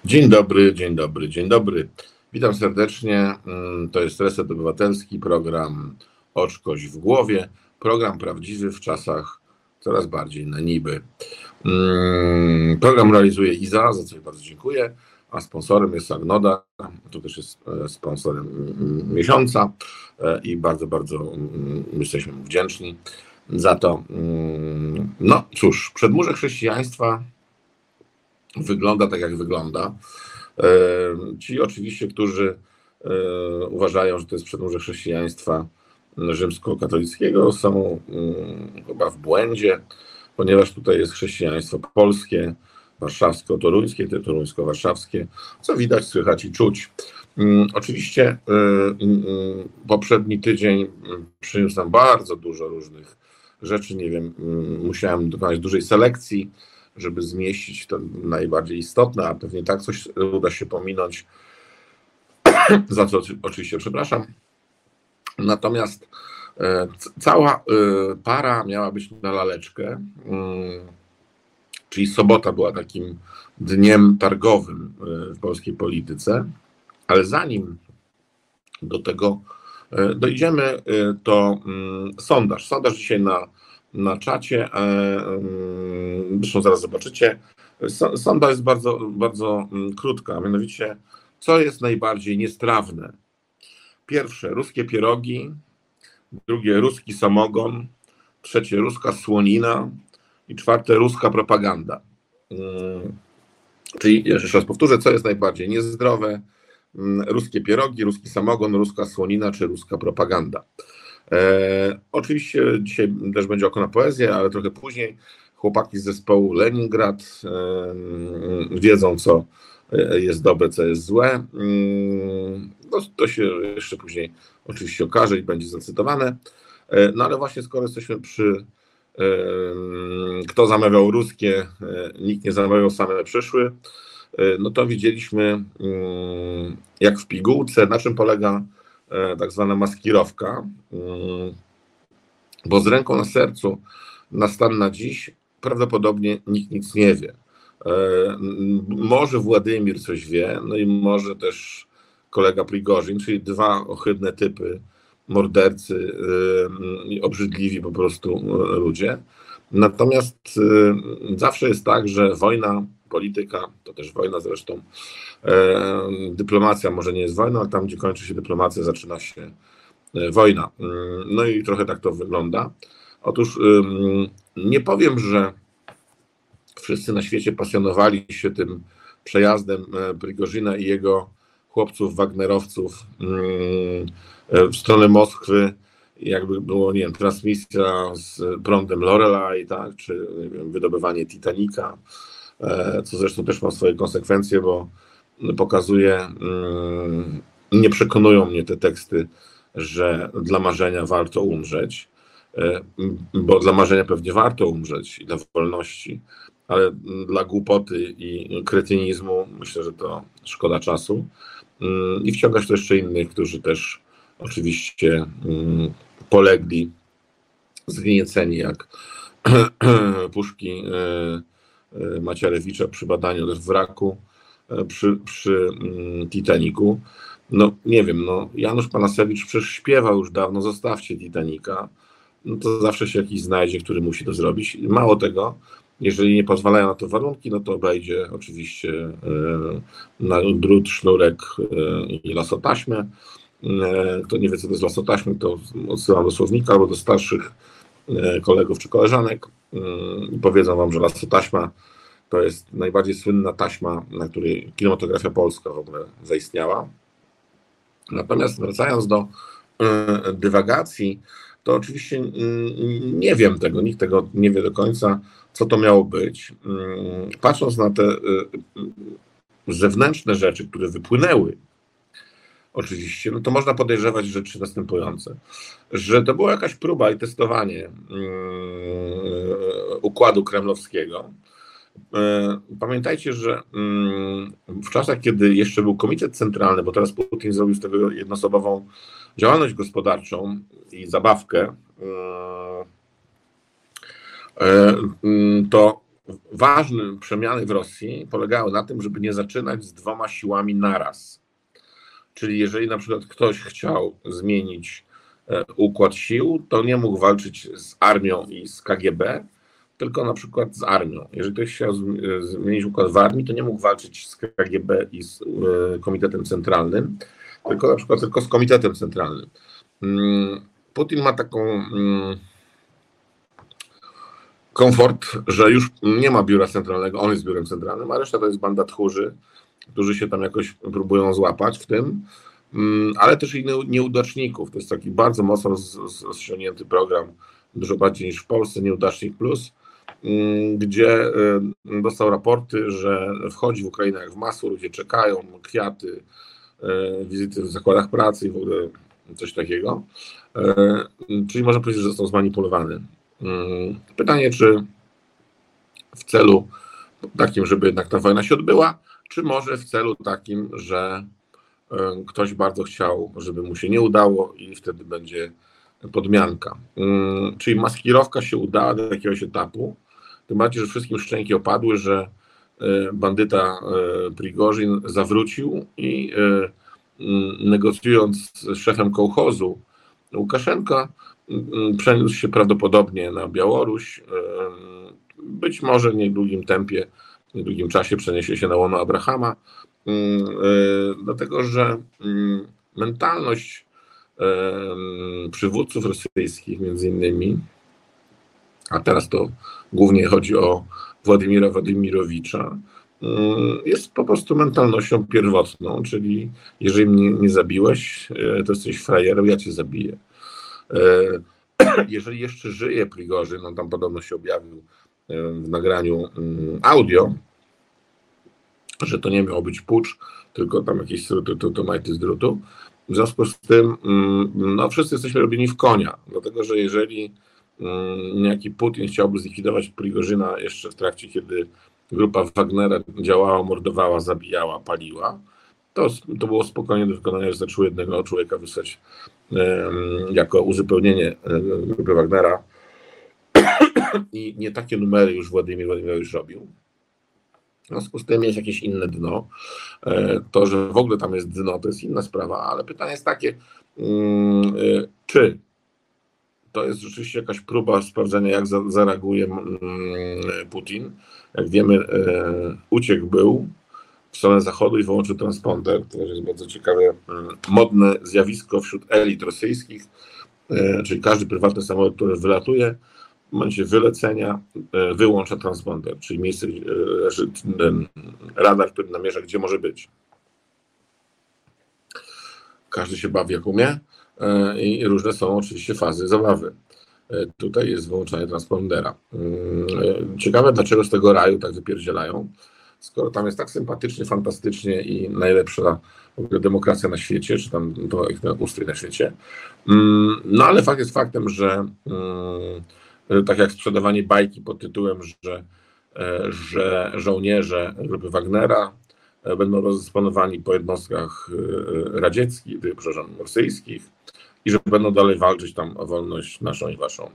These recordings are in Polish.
Dzień dobry, dzień dobry, dzień dobry. Witam serdecznie. To jest Reset Obywatelski, program Oczkość w głowie. Program prawdziwy w czasach coraz bardziej na niby. Program realizuje Iza, za co bardzo dziękuję, a sponsorem jest Agnoda, to też jest sponsorem miesiąca i bardzo, bardzo jesteśmy mu wdzięczni za to. No cóż, przedmurze chrześcijaństwa wygląda tak, jak wygląda. Ci oczywiście, którzy uważają, że to jest przedmurze chrześcijaństwa rzymskokatolickiego, są chyba w błędzie, ponieważ tutaj jest chrześcijaństwo polskie, warszawsko-toruńskie, toruńsko-warszawskie, co widać, słychać i czuć. Oczywiście poprzedni tydzień przyniósł nam bardzo dużo różnych rzeczy, nie wiem, musiałem dokonać dużej selekcji, żeby zmieścić to najbardziej istotne, a pewnie tak coś uda się pominąć, za co oczywiście przepraszam. Natomiast cała para miała być na laleczkę, czyli sobota była takim dniem targowym w polskiej polityce, ale zanim do tego dojdziemy, to sondaż. Sondaż dzisiaj na czacie, zresztą zaraz zobaczycie. Sonda jest bardzo, bardzo krótka, a mianowicie co jest najbardziej niestrawne? Pierwsze, ruskie pierogi, drugie, ruski samogon, trzecie, ruska słonina i czwarte, ruska propaganda. Czyli jeszcze raz powtórzę, co jest najbardziej niezdrowe? Ruskie pierogi, ruski samogon, ruska słonina czy ruska propaganda. Oczywiście dzisiaj też będzie oko na poezję, ale trochę później. Chłopaki z zespołu Leningrad wiedzą, co jest dobre, co jest złe. No, to się jeszcze później oczywiście okaże i będzie zacytowane. No ale właśnie skoro jesteśmy przy kto zamawiał ruskie, nikt nie zamawiał, same przyszły, no to widzieliśmy, jak w pigułce, na czym polega tak zwana maskirowka, bo z ręką na sercu, na stan na dziś, prawdopodobnie nikt nic nie wie. Może Władimir coś wie, no i może też kolega Prigorzin, czyli dwa ohydne typy, mordercy i obrzydliwi po prostu ludzie. Natomiast zawsze jest tak, że wojna, polityka, to też wojna zresztą, dyplomacja może nie jest wojną, ale tam, gdzie kończy się dyplomacja, zaczyna się wojna. No i trochę tak to wygląda. Otóż nie powiem, że wszyscy na świecie pasjonowali się tym przejazdem Prigorzyna i jego chłopców, wagnerowców w stronę Moskwy, jakby było, nie wiem, transmisja z prądem Lorelei, tak, czy nie wiem, wydobywanie Titanica, co zresztą też ma swoje konsekwencje, bo pokazuje, nie przekonują mnie te teksty, że dla marzenia warto umrzeć, bo dla marzenia pewnie warto umrzeć i dla wolności, ale dla głupoty i kretynizmu myślę, że to szkoda czasu. I wciągać to jeszcze innych, którzy też oczywiście polegli, zgnieceni jak puszki Macierewicza przy badaniu wraku przy Titanicu. No nie wiem, no Janusz Panasewicz przecież śpiewał już dawno, zostawcie Titanica. No to zawsze się jakiś znajdzie, który musi to zrobić. Mało tego, jeżeli nie pozwalają na to warunki, no to obejdzie oczywiście na drut, sznurek i lasotaśmę. Kto nie wie, co to jest lasotaśma, to odsyłam do słownika albo do starszych kolegów czy koleżanek i powiedzą wam, że lasotaśma to jest najbardziej słynna taśma, na której kinematografia polska w ogóle zaistniała. Natomiast wracając do dywagacji, to oczywiście nie wiem tego, nikt tego nie wie do końca, co to miało być. Patrząc na te zewnętrzne rzeczy, które wypłynęły, oczywiście, no to można podejrzewać rzeczy następujące, że to była jakaś próba i testowanie układu kremlowskiego. Pamiętajcie, że w czasach, kiedy jeszcze był komitet centralny, bo teraz Putin zrobił z tego jednoosobową działalność gospodarczą i zabawkę, to ważne przemiany w Rosji polegały na tym, żeby nie zaczynać z 2 siłami naraz. Czyli jeżeli na przykład ktoś chciał zmienić układ sił, to nie mógł walczyć z armią i z KGB, tylko na przykład z armią. Jeżeli ktoś chciał zmienić układ w armii, to nie mógł walczyć z KGB i z Komitetem Centralnym, tylko na przykład tylko z Komitetem Centralnym. Putin ma taką komfort, że już nie ma biura centralnego, on jest biurem centralnym, a reszta to jest banda tchórzy, którzy się tam jakoś próbują złapać w tym, ale też i nieudaczników. To jest taki bardzo mocno rozciągnięty program, dużo bardziej niż w Polsce, Nieudacznik Plus, gdzie dostał raporty, że wchodzi w Ukrainę jak w masło, ludzie czekają, kwiaty, wizyty w zakładach pracy i w ogóle coś takiego. Czyli można powiedzieć, że został zmanipulowany. Pytanie, czy w celu takim, żeby jednak ta wojna się odbyła, czy może w celu takim, że ktoś bardzo chciał, żeby mu się nie udało i wtedy będzie podmianka. Czyli maskirowka się udała do jakiegoś etapu, tym bardziej, że wszystkim szczęki opadły, że bandyta Prigorzin zawrócił i negocjując z szefem kołchozu Łukaszenka, przeniósł się prawdopodobnie na Białoruś. Być może w niedługim tempie, w niedługim czasie przeniesie się na łono Abrahama, dlatego że mentalność przywódców rosyjskich między innymi, a teraz to głównie chodzi o Władimira Władimirowicza, jest po prostu mentalnością pierwotną, czyli jeżeli mnie nie zabiłeś, to jesteś frajerem, ja cię zabiję. Jeżeli jeszcze żyje Prigorzyn, on tam podobno się objawił w nagraniu audio, że to nie miał być pucz, tylko tam jakieś to majty z drutu. W związku z tym no, wszyscy jesteśmy robieni w konia, dlatego że jeżeli niejaki Putin chciałby zlikwidować Prigorzyna jeszcze w trakcie, kiedy grupa Wagnera działała, mordowała, zabijała, paliła, to było spokojnie do wykonania, że wystarczyło jednego człowieka wysłać jako uzupełnienie grupy Wagnera i nie takie numery już Władimir już robił. W związku z tym jest jakieś inne dno. To, że w ogóle tam jest dno, to jest inna sprawa, ale pytanie jest takie, czy to jest rzeczywiście jakaś próba sprawdzenia, jak zareaguje Putin. Jak wiemy, uciekł był w stronę zachodu i wyłączył transponder. To jest bardzo ciekawe, modne zjawisko wśród elit rosyjskich, czyli każdy prywatny samolot, który wylatuje, w momencie wylecenia wyłącza transponder, czyli miejsce, radar, który namierza, gdzie może być. Każdy się bawi jak umie i różne są oczywiście fazy zabawy. Tutaj jest wyłączanie transpondera. Ciekawe, dlaczego z tego raju tak wypierdzielają, skoro tam jest tak sympatycznie, fantastycznie i najlepsza w ogóle demokracja na świecie, czy tam to ustrój na świecie. No ale fakt jest faktem, że tak jak sprzedawanie bajki pod tytułem, że żołnierze grupy Wagnera będą rozdysponowani po jednostkach radzieckich, przepraszam, rosyjskich i że będą dalej walczyć tam o wolność naszą i waszą.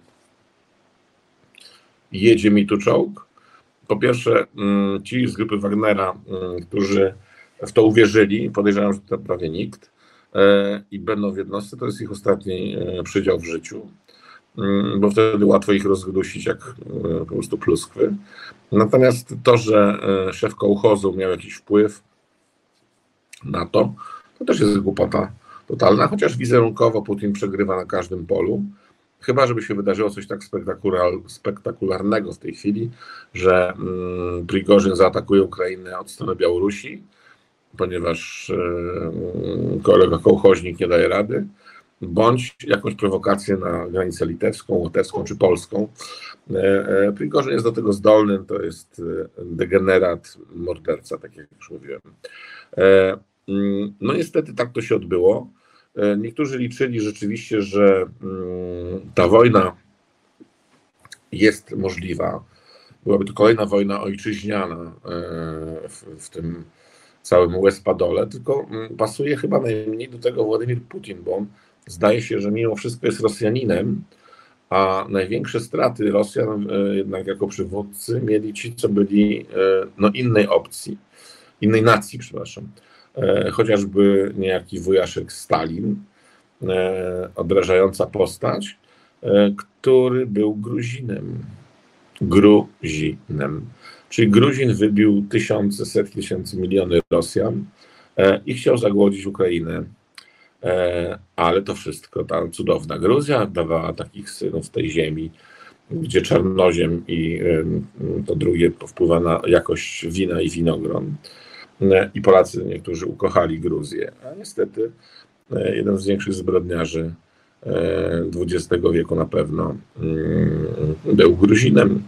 Jedzie mi tu czołg. Po pierwsze, ci z grupy Wagnera, którzy w to uwierzyli, podejrzewam, że to prawie nikt, i będą w jednostce, to jest ich ostatni przydział w życiu, bo wtedy łatwo ich rozdusić jak po prostu pluskwy. Natomiast to, że szef kołchozu miał jakiś wpływ na to, to też jest głupota totalna, chociaż wizerunkowo Putin przegrywa na każdym polu. Chyba, żeby się wydarzyło coś tak spektakularnego w tej chwili, że Prigorzyn zaatakuje Ukrainę od strony Białorusi, ponieważ kolega kołchoźnik nie daje rady, bądź jakąś prowokację na granicę litewską, łotewską czy polską. Prigorzyn jest do tego zdolny, to jest degenerat, morderca, tak jak już mówiłem. No niestety tak to się odbyło. Niektórzy liczyli rzeczywiście, że ta wojna jest możliwa. Byłaby to kolejna wojna ojczyźniana w tym całym łez-padole, tylko pasuje chyba najmniej do tego Władimir Putin, bo on zdaje się, że mimo wszystko jest Rosjaninem a największe straty Rosjan jednak jako przywódcy mieli ci, co byli no, innej opcji, innej nacji, przepraszam. Chociażby niejaki wujaszek Stalin, odrażająca postać, który był Gruzinem. Czyli Gruzin wybił tysiące, setki tysięcy, miliony Rosjan i chciał zagłodzić Ukrainę. Ale to wszystko, ta cudowna Gruzja dawała takich synów tej ziemi, gdzie czarnoziem i to drugie wpływa na jakość wina i winogron. I Polacy niektórzy ukochali Gruzję, a niestety jeden z większych zbrodniarzy XX wieku na pewno był Gruzinem.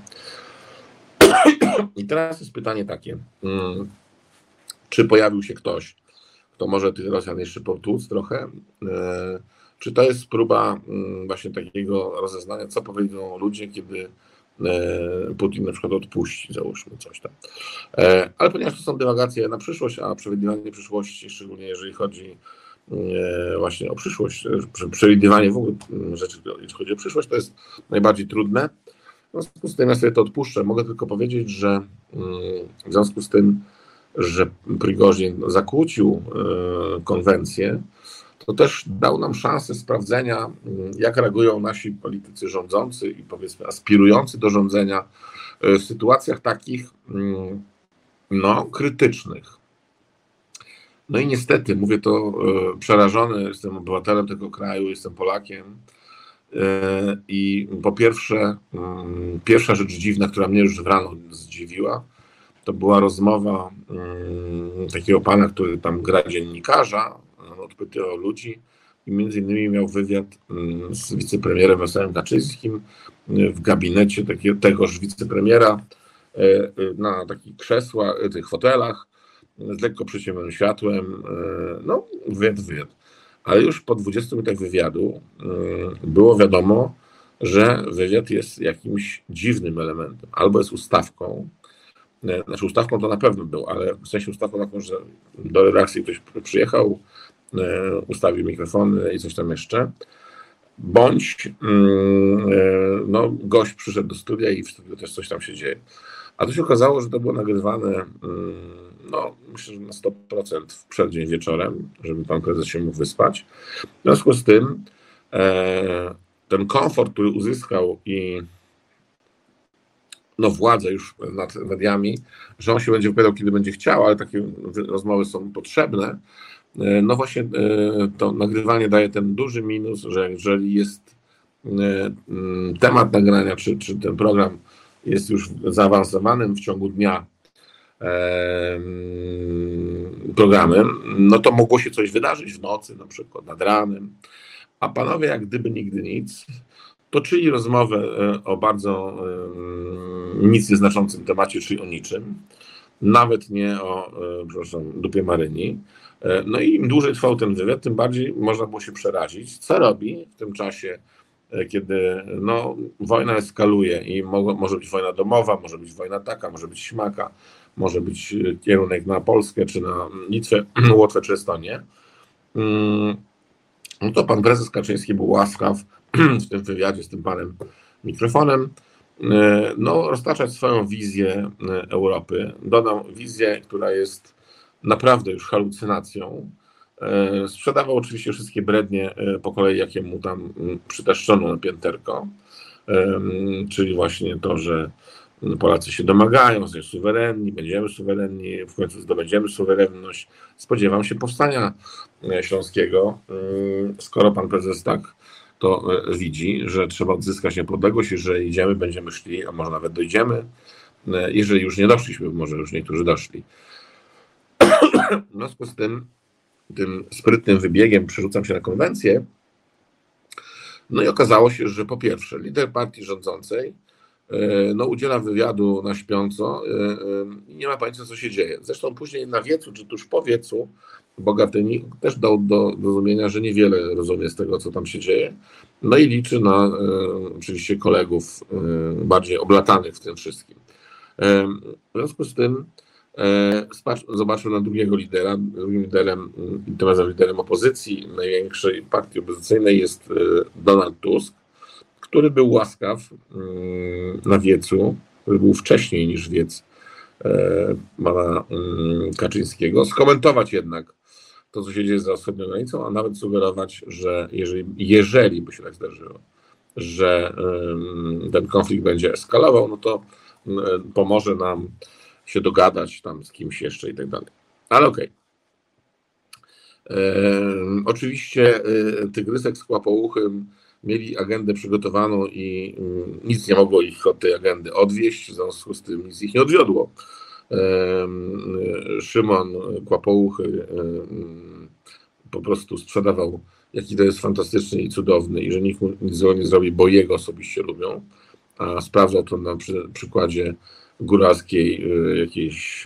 I teraz jest pytanie takie, czy pojawił się ktoś, kto może tych Rosjan jeszcze potłuc trochę, czy to jest próba właśnie takiego rozeznania, co powiedzą ludzie, kiedy Putin na przykład odpuści, załóżmy coś tam. Ale ponieważ to są dywagacje na przyszłość, a przewidywanie przyszłości, szczególnie jeżeli chodzi właśnie o przyszłość, przewidywanie w ogóle rzeczy, jeśli chodzi o przyszłość, to jest najbardziej trudne. W związku z tym ja sobie to odpuszczę. Mogę tylko powiedzieć, że w związku z tym, że Prigorzin zakłócił konwencję, to też dał nam szansę sprawdzenia, jak reagują nasi politycy rządzący i powiedzmy aspirujący do rządzenia w sytuacjach takich no, krytycznych. No i niestety, mówię to przerażony, jestem obywatelem tego kraju, jestem Polakiem i po pierwsze, pierwsza rzecz dziwna, która mnie już rano zdziwiła, to była rozmowa takiego pana, który tam gra dziennikarza, odpytywał ludzi i między innymi miał wywiad z wicepremierem Leszem Kaczyńskim w gabinecie tegoż wicepremiera na takich krzesłach, tych fotelach z lekko przyciemnionym światłem, no wywiad. Ale już po 20 minutach wywiadu było wiadomo, że wywiad jest jakimś dziwnym elementem, albo jest ustawką, znaczy ustawką to na pewno był, ale w sensie ustawką taką, że do redakcji ktoś przyjechał, ustawił mikrofony i coś tam jeszcze, bądź no, gość przyszedł do studia i w studiu też coś tam się dzieje. A to się okazało, że to było nagrywane no, myślę, że na 100% w przeddzień wieczorem, żeby pan prezes się mógł wyspać. W związku z tym ten komfort, który uzyskał i no, władzę już nad mediami, że on się będzie wypowiadał, kiedy będzie chciał, ale takie rozmowy są potrzebne. No właśnie to nagrywanie daje ten duży minus, że jeżeli jest temat nagrania, czy ten program jest już zaawansowanym w ciągu dnia programem, no to mogło się coś wydarzyć w nocy, na przykład nad ranem, a panowie jak gdyby nigdy nic, toczyli rozmowę o bardzo nic nieznaczącym temacie, czyli o niczym, nawet nie o, przepraszam, dupie Maryni. No i im dłużej trwał ten wywiad, tym bardziej można było się przerazić, co robi w tym czasie, kiedy no, wojna eskaluje i może być wojna domowa, może być wojna taka, może być śmaka, może być kierunek na Polskę, czy na Litwę, Łotwę, czy Estonię. No to pan prezes Kaczyński był łaskaw w tym wywiadzie z tym panem mikrofonem, no, roztaczać swoją wizję Europy. Dodam wizję, która jest naprawdę już halucynacją. Sprzedawał oczywiście wszystkie brednie po kolei, jakie mu tam przytaszczono na pięterko, czyli właśnie to, że Polacy się domagają, że są suwerenni, będziemy suwerenni, w końcu zdobędziemy suwerenność. Spodziewam się powstania śląskiego, skoro pan prezes tak to widzi, że trzeba odzyskać niepodległość i że idziemy, będziemy szli, a może nawet dojdziemy, jeżeli już nie doszliśmy, może już niektórzy doszli. W związku z tym sprytnym wybiegiem przerzucam się na konwencję. No i okazało się, że po pierwsze lider partii rządzącej no, udziela wywiadu na śpiąco i nie ma pojęcia, co się dzieje. Zresztą później na wiecu, czy tuż po wiecu Bogatyni też dał do zrozumienia, że niewiele rozumie z tego, co tam się dzieje. No i liczy na oczywiście kolegów bardziej oblatanych w tym wszystkim. W związku z tym zobaczmy na drugiego lidera. Drugim liderem, tym razem liderem opozycji, największej partii opozycyjnej jest Donald Tusk, który był łaskaw na wiecu, który był wcześniej niż wiec pana Kaczyńskiego, skomentować jednak to, co się dzieje za wschodnią granicą, a nawet sugerować, że jeżeli by się tak zdarzyło, że ten konflikt będzie eskalował, no to pomoże nam się dogadać tam z kimś jeszcze i tak dalej. Ale okej. Oczywiście Tygrysek z Kłapouchym mieli agendę przygotowaną i nic nie mogło ich od tej agendy odwieść, w związku z tym nic ich nie odwiodło. Szymon Kłapouchy po prostu sprzedawał, jaki to jest fantastyczny i cudowny i że nikt mu nic złego nie zrobi, bo jego osobiście lubią. A sprawdzał to na przykładzie góralskiej jakiejś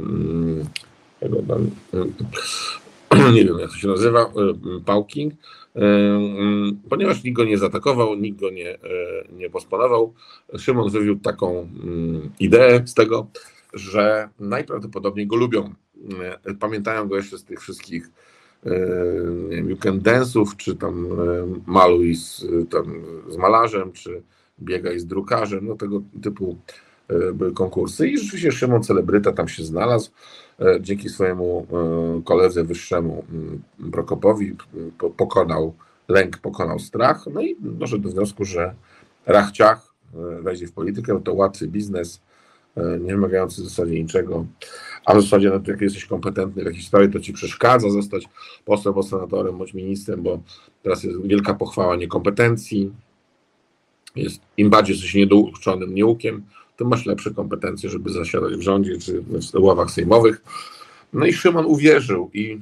nie wiem jak to się nazywa, Pałking, ponieważ nikt go nie zaatakował, nikt go nie posponował. Szymon wywiódł taką ideę z tego, że najprawdopodobniej go lubią. Pamiętają go jeszcze z tych wszystkich nie wiem, You Can Dance'ów, czy tam Maluj z malarzem, czy Biegaj z drukarzem, no tego typu były konkursy i rzeczywiście Szymon celebryta tam się znalazł. Dzięki swojemu koledze wyższemu Prokopowi pokonał lęk, pokonał strach, no i doszedł do wniosku, że rachciach wejdzie w politykę, to łatwy biznes, nie wymagający w zasadzie niczego, a w zasadzie no, jak jesteś kompetentny w jakiejś sprawie, to ci przeszkadza zostać posłem, bo senatorem, bądź ministrem, bo teraz jest wielka pochwała niekompetencji. Im bardziej jesteś niedouczonym nieukiem, tym masz lepsze kompetencje, żeby zasiadać w rządzie czy w ławach sejmowych. No i Szymon uwierzył i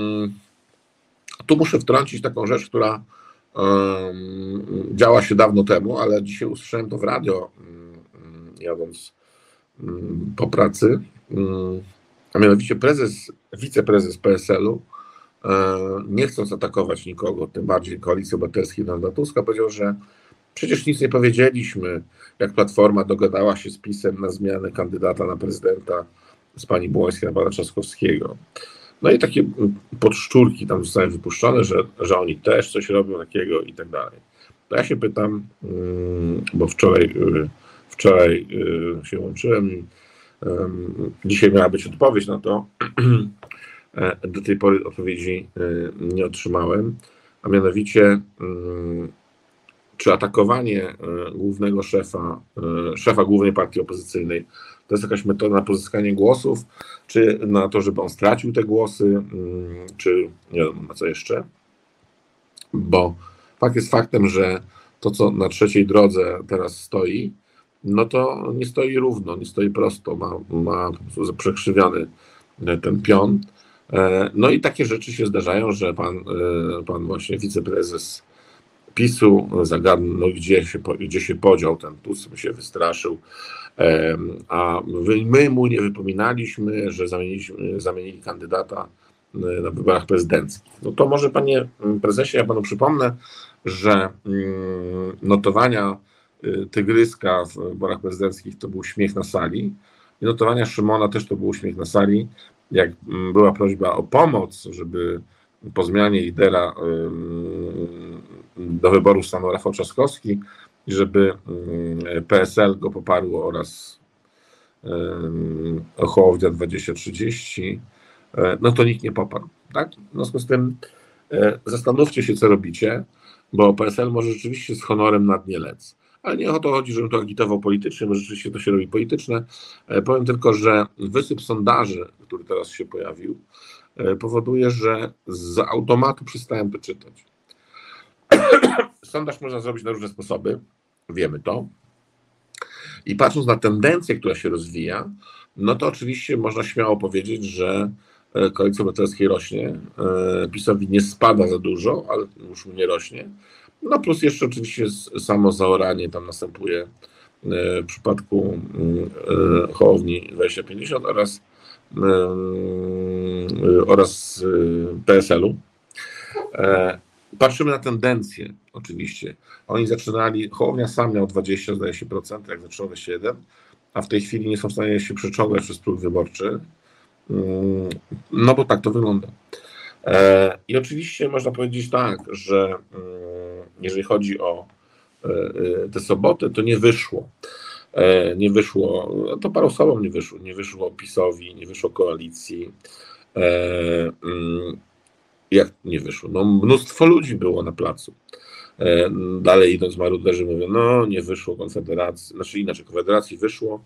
tu muszę wtrącić taką rzecz, która działa się dawno temu, ale dzisiaj usłyszałem to w radio, jadąc po pracy, a mianowicie wiceprezes PSL-u, nie chcąc atakować nikogo, tym bardziej Koalicji Obywatelskiej Donalda Tuska, powiedział, że przecież nic nie powiedzieliśmy, jak Platforma dogadała się z PiS-em na zmianę kandydata na prezydenta z pani Błońskiej na pana Trzaskowskiego. No i takie podszczurki tam zostały wypuszczone, że oni też coś robią takiego i tak dalej. To ja się pytam, bo wczoraj się łączyłem i dzisiaj miała być odpowiedź na to. Do tej pory odpowiedzi nie otrzymałem, a mianowicie czy atakowanie głównego szefa głównej partii opozycyjnej to jest jakaś metoda na pozyskanie głosów, czy na to, żeby on stracił te głosy, czy nie wiem na co jeszcze, bo fakt jest faktem, że to, co na trzeciej drodze teraz stoi, no to nie stoi równo, nie stoi prosto, ma po prostu przekrzywiony ten pion. No i takie rzeczy się zdarzają, że pan właśnie wiceprezes PiS-u zagadnął, gdzie się podział ten Tusk, się wystraszył, a my mu nie wypominaliśmy, że zamienili kandydata na wyborach prezydenckich. No to może panie prezesie, ja panu przypomnę, że notowania Tygryska w wyborach prezydenckich to był śmiech na sali i notowania Szymona też to był śmiech na sali, jak była prośba o pomoc, żeby po zmianie lidera do wyboru stanął Rafał Trzaskowski i żeby PSL go poparło oraz Hołownia 2030, no to nikt nie poparł. Tak? W związku z tym zastanówcie się, co robicie, bo PSL może rzeczywiście z honorem na dnie lec. Ale nie o to chodzi, żebym to agitował politycznie, bo rzeczywiście to się robi polityczne. Powiem tylko, że wysyp sondaży, który teraz się pojawił, powoduje, że z automatu przestałem to czytać. Sondaż można zrobić na różne sposoby, wiemy to. I patrząc na tendencję, która się rozwija, no to oczywiście można śmiało powiedzieć, że Koalicja Obywatelskiej rośnie, PiS-owi nie spada za dużo, ale już mu nie rośnie. No plus jeszcze oczywiście samo zaoranie tam następuje w przypadku Hołowni 2050 oraz PSL-u. Patrzymy na tendencję oczywiście. Oni zaczynali, Hołownia sam miał 20, zdaje się, procent, jak zaczął 21, a w tej chwili nie są w stanie się przeciągać przez próg wyborczy. No bo tak to wygląda. I oczywiście można powiedzieć tak, że jeżeli chodzi o tę sobotę, to nie wyszło. Nie wyszło, to paru osobom nie wyszło. Nie wyszło PiS-owi, nie wyszło koalicji. Jak nie wyszło? No, mnóstwo ludzi było na placu. Dalej idąc, maruderzy mówią, no nie wyszło Konfederacji, znaczy inaczej, Konfederacji wyszło,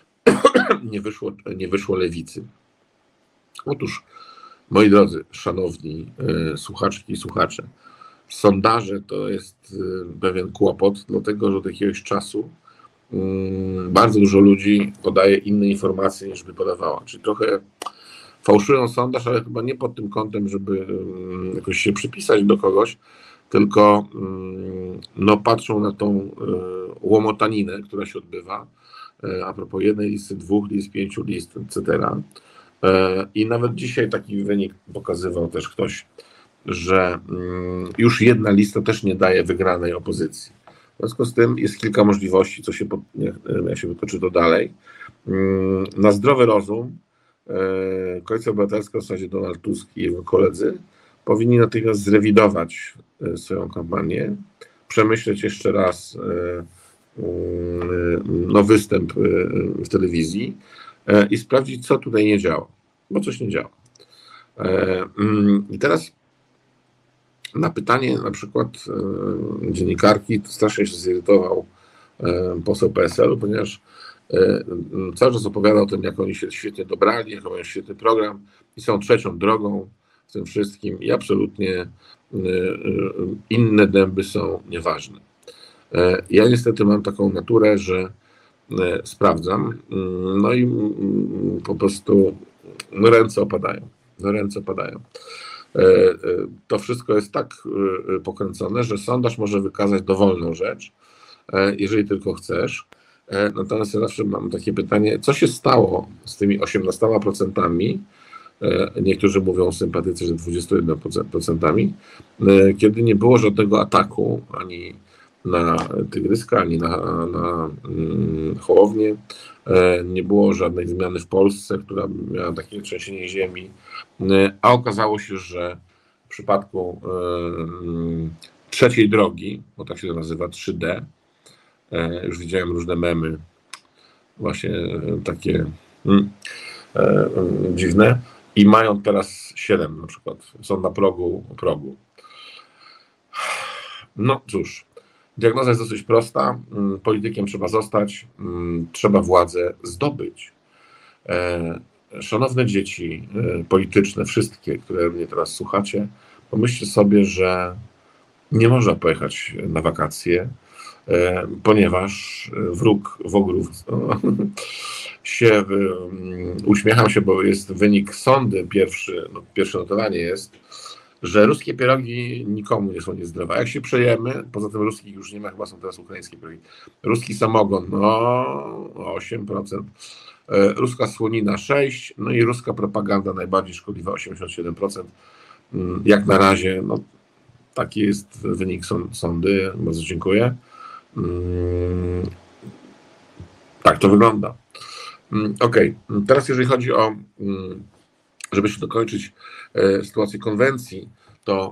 nie wyszło Lewicy. Otóż, moi drodzy, szanowni słuchaczki i słuchacze, sondaże to jest pewien kłopot, dlatego że od jakiegoś czasu bardzo dużo ludzi podaje inne informacje niż by podawała. Czyli trochę fałszują sondaż, ale chyba nie pod tym kątem, żeby jakoś się przypisać do kogoś, tylko no, patrzą na tą łomotaninę, która się odbywa a propos jednej listy, dwóch list, 5 list, etc. I nawet dzisiaj taki wynik pokazywał też ktoś, że już jedna lista też nie daje wygranej opozycji. W związku z tym jest kilka możliwości, co się, jak się wytoczy to dalej. Na zdrowy rozum Koalicja Obywatelska, w zasadzie Donald Tusk i jego koledzy, powinni natychmiast zrewidować swoją kampanię, przemyśleć jeszcze raz no, występ w telewizji i sprawdzić, co tutaj nie działa, bo coś nie działa. I teraz na pytanie na przykład dziennikarki strasznie się zirytował poseł PSL-u, ponieważ cały czas opowiadał o tym, jak oni się świetnie dobrali, jak mają świetny program i są trzecią drogą w tym wszystkim i absolutnie inne dęby są nieważne. Ja niestety mam taką naturę, że sprawdzam, no i po prostu ręce opadają. Ręce opadają. To wszystko jest tak pokręcone, że sondaż może wykazać dowolną rzecz, jeżeli tylko chcesz. Natomiast ja zawsze mam takie pytanie, co się stało z tymi 18%, niektórzy mówią sympatycy, że 21%, kiedy nie było żadnego ataku ani na Tygryska, ani na Hołownię, nie było żadnej zmiany w Polsce, która miała takie trzęsienie ziemi, a okazało się, że w przypadku trzeciej drogi, bo tak się to nazywa 3D, już widziałem różne memy, właśnie takie dziwne, i mają teraz 7 na przykład, są na progu. No cóż, diagnoza jest dosyć prosta, politykiem trzeba zostać, trzeba władzę zdobyć. Szanowne dzieci polityczne, wszystkie, które mnie teraz słuchacie, pomyślcie sobie, że nie można pojechać na wakacje, ponieważ wróg wogrów się uśmiechał się, bo jest wynik sądy, pierwsze notowanie jest, że ruskie pierogi nikomu nie są niezdrowe. Jak się przejemy, poza tym ruskich już nie ma, chyba są teraz ukraińskie pierogi. Ruski samogon, no 8%, ruska słonina 6%, no i ruska propaganda najbardziej szkodliwa 87%. Jak na razie, no taki jest wynik sądy, bardzo dziękuję. Tak to wygląda. Okej, teraz jeżeli chodzi o, żeby się dokończyć sytuację konwencji, to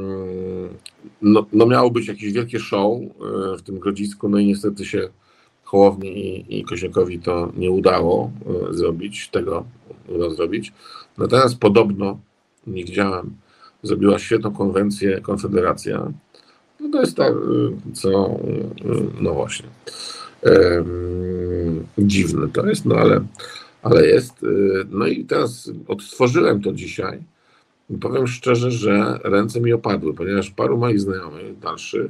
no miało być jakieś wielkie show w tym Grodzisku, no i niestety się Hołowni i Koźmiakowi to nie udało zrobić, Natomiast podobno, nie widziałem, zrobiła świetną konwencję Konfederacja. No to jest tak, co, no właśnie, dziwne to jest, no ale jest. No i teraz odtworzyłem to dzisiaj i powiem szczerze, że ręce mi opadły, ponieważ paru moich znajomych dalszych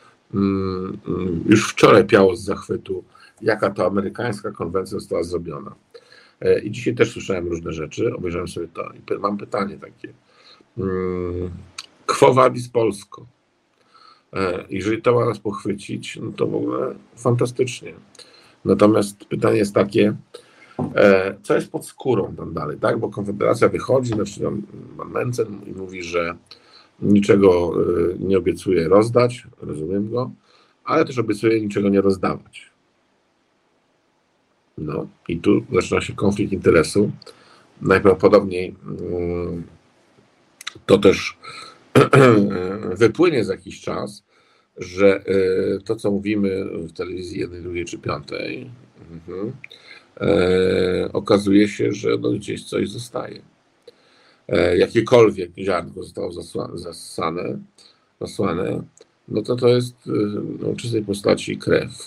już wczoraj piało z zachwytu, jaka to amerykańska konwencja została zrobiona. I dzisiaj też słyszałem różne rzeczy, obejrzałem sobie to i mam pytanie takie. Quo vadis Polsko? Jeżeli to ma nas pochwycić, no to w ogóle fantastycznie. Natomiast pytanie jest takie, co jest pod skórą tam dalej, tak? Bo Konfederacja wychodzi, znaczy pan Mencen i mówi, że niczego nie obiecuje rozdać, rozumiem go, ale też obiecuje niczego nie rozdawać. No i tu zaczyna się konflikt interesu. Najprawdopodobniej to też wypłynie za jakiś czas, że to, co mówimy w telewizji jednej, drugiej czy piątej, okazuje się, że no gdzieś coś zostaje. Jakiekolwiek ziarnko zostało zasłane, no to jest w czystej postaci krew,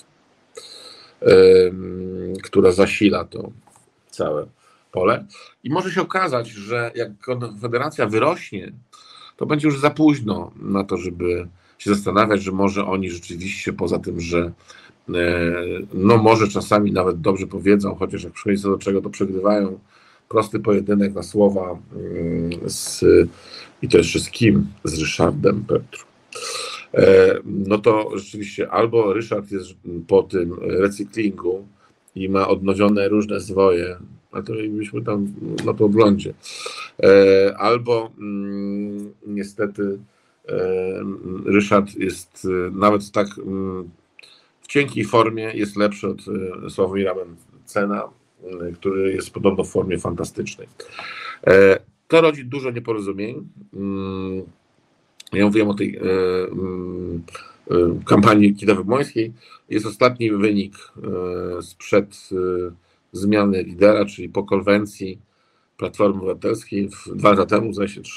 która zasila to całe pole. I może się okazać, że jak Konfederacja wyrośnie, to będzie już za późno na to, żeby się zastanawiać, że może oni rzeczywiście, poza tym, że no może czasami nawet dobrze powiedzą, chociaż jak przychodzi co do czego, to przegrywają prosty pojedynek na słowa i to jeszcze z kim? Z Ryszardem Petru. No to rzeczywiście albo Ryszard jest po tym recyklingu i ma odnowione różne zwoje, a to byliśmy tam na podglądzie, albo niestety Ryszard jest nawet tak w cienkiej formie jest lepszy od Sławomira Mencena, który jest podobno w formie fantastycznej. To rodzi dużo nieporozumień. Ja mówiłem o tej kampanii Kidawy-Błońskiej. Jest ostatni wynik sprzed zmiany lidera, czyli po konwencji Platformy Obywatelskiej 2 lata temu, zdaje się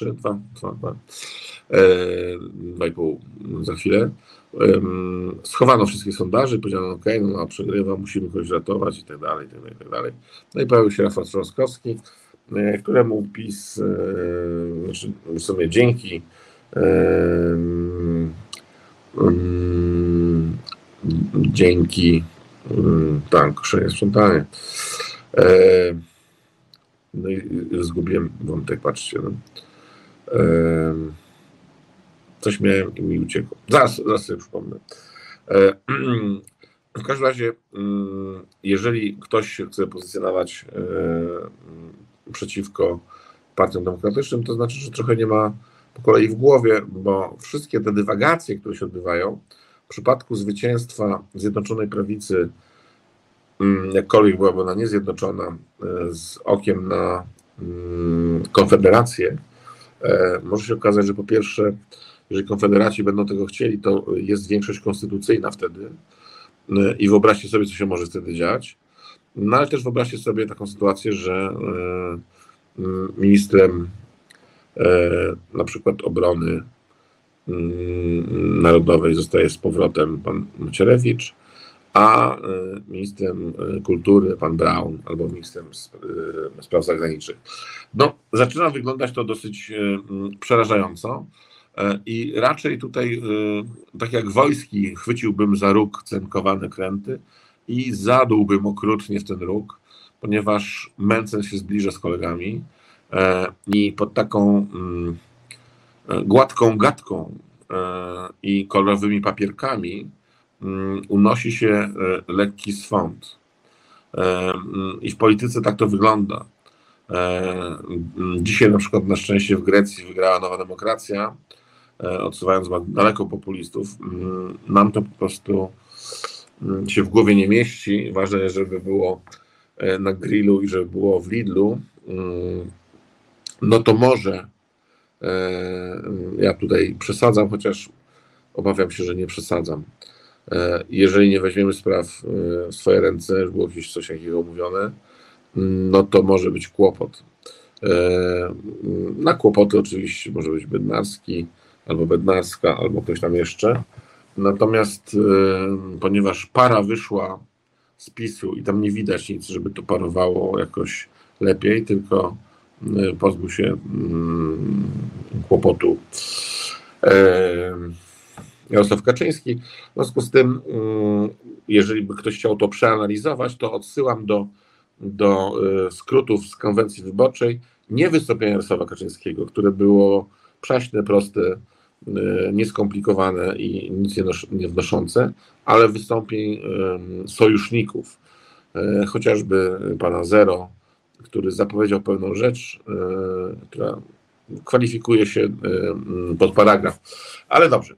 2,5 za chwilę. Schowano wszystkie sondaże i powiedziano, ok, no przegrywa, musimy kogoś ratować i tak dalej, i tak dalej. No i pojawił się Rafał Trzaskowski, któremu PiS, znaczy w sumie dzięki tak, koszenie sprzątanie. No i zgubiłem wątek, patrzcie. No. Coś miałem i mi uciekło. Zaraz sobie przypomnę. W każdym razie, jeżeli ktoś się chce pozycjonować przeciwko partiom demokratycznym, to znaczy, że trochę nie ma po kolei w głowie, bo wszystkie te dywagacje, które się odbywają, w przypadku zwycięstwa Zjednoczonej Prawicy, jakkolwiek byłaby ona niezjednoczona, z okiem na Konfederację, może się okazać, że po pierwsze, jeżeli Konfederaci będą tego chcieli, to jest większość konstytucyjna wtedy i wyobraźcie sobie, co się może wtedy dziać. No ale też wyobraźcie sobie taką sytuację, że ministrem na przykład obrony narodowej zostaje z powrotem pan Macierewicz, a ministrem kultury pan Braun albo ministrem spraw zagranicznych. No, zaczyna wyglądać to dosyć przerażająco i raczej tutaj, tak jak Wojski, chwyciłbym za róg cynkowane kręty i zadłbym okrutnie w ten róg, ponieważ Mencen się zbliża z kolegami i pod taką gładką gadką i kolorowymi papierkami unosi się lekki swąd. I w polityce tak to wygląda. Dzisiaj na przykład na szczęście w Grecji wygrała Nowa Demokracja, odsuwając daleko populistów. Nam to po prostu się w głowie nie mieści. Ważne jest, żeby było na grillu i żeby było w Lidlu. No to może ja tutaj przesadzam, chociaż obawiam się, że nie przesadzam. Jeżeli nie weźmiemy spraw w swoje ręce, było jakieś coś takiego mówione, no to może być kłopot. Na kłopoty oczywiście może być Bednarski, albo Bednarska, albo ktoś tam jeszcze. Natomiast ponieważ para wyszła z PiS-u i tam nie widać nic, żeby to parowało jakoś lepiej, tylko pozbył się kłopotu Jarosław Kaczyński. W związku z tym, jeżeli by ktoś chciał to przeanalizować, to odsyłam do skrótów z konwencji wyborczej, nie wystąpienia Jarosława Kaczyńskiego, które było przaśne, proste, nieskomplikowane i nic nie wnoszące, ale wystąpień sojuszników, chociażby pana Zero, który zapowiedział pewną rzecz, która kwalifikuje się pod paragraf. Ale dobrze.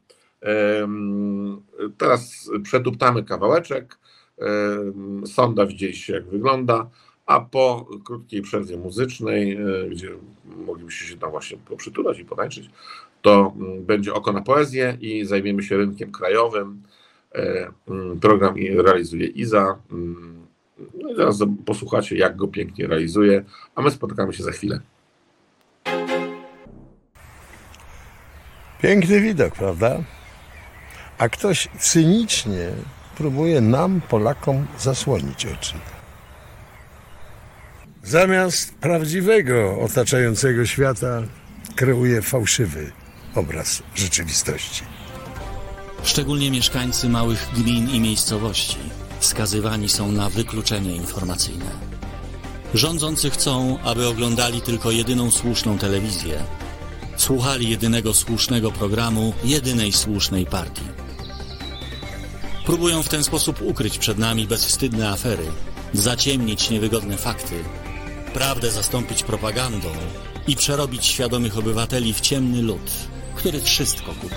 Teraz przeduptamy kawałeczek. Sonda widzieliście, jak wygląda. a po krótkiej przerwie muzycznej, gdzie moglibyście się tam właśnie poprzytulać i potańczyć, to będzie Oko na poezję i zajmiemy się rynkiem krajowym. Program realizuje Iza. No i zaraz posłuchacie, jak go pięknie realizuje, a my spotykamy się za chwilę. Piękny widok, prawda? A ktoś cynicznie próbuje nam, Polakom, zasłonić oczy. Zamiast prawdziwego otaczającego świata kreuje fałszywy obraz rzeczywistości. Szczególnie mieszkańcy małych gmin i miejscowości skazywani są na wykluczenie informacyjne. Rządzący chcą, aby oglądali tylko jedyną słuszną telewizję, słuchali jedynego słusznego programu, jedynej słusznej partii. Próbują w ten sposób ukryć przed nami bezwstydne afery, zaciemnić niewygodne fakty, prawdę zastąpić propagandą i przerobić świadomych obywateli w ciemny lud, który wszystko kupi.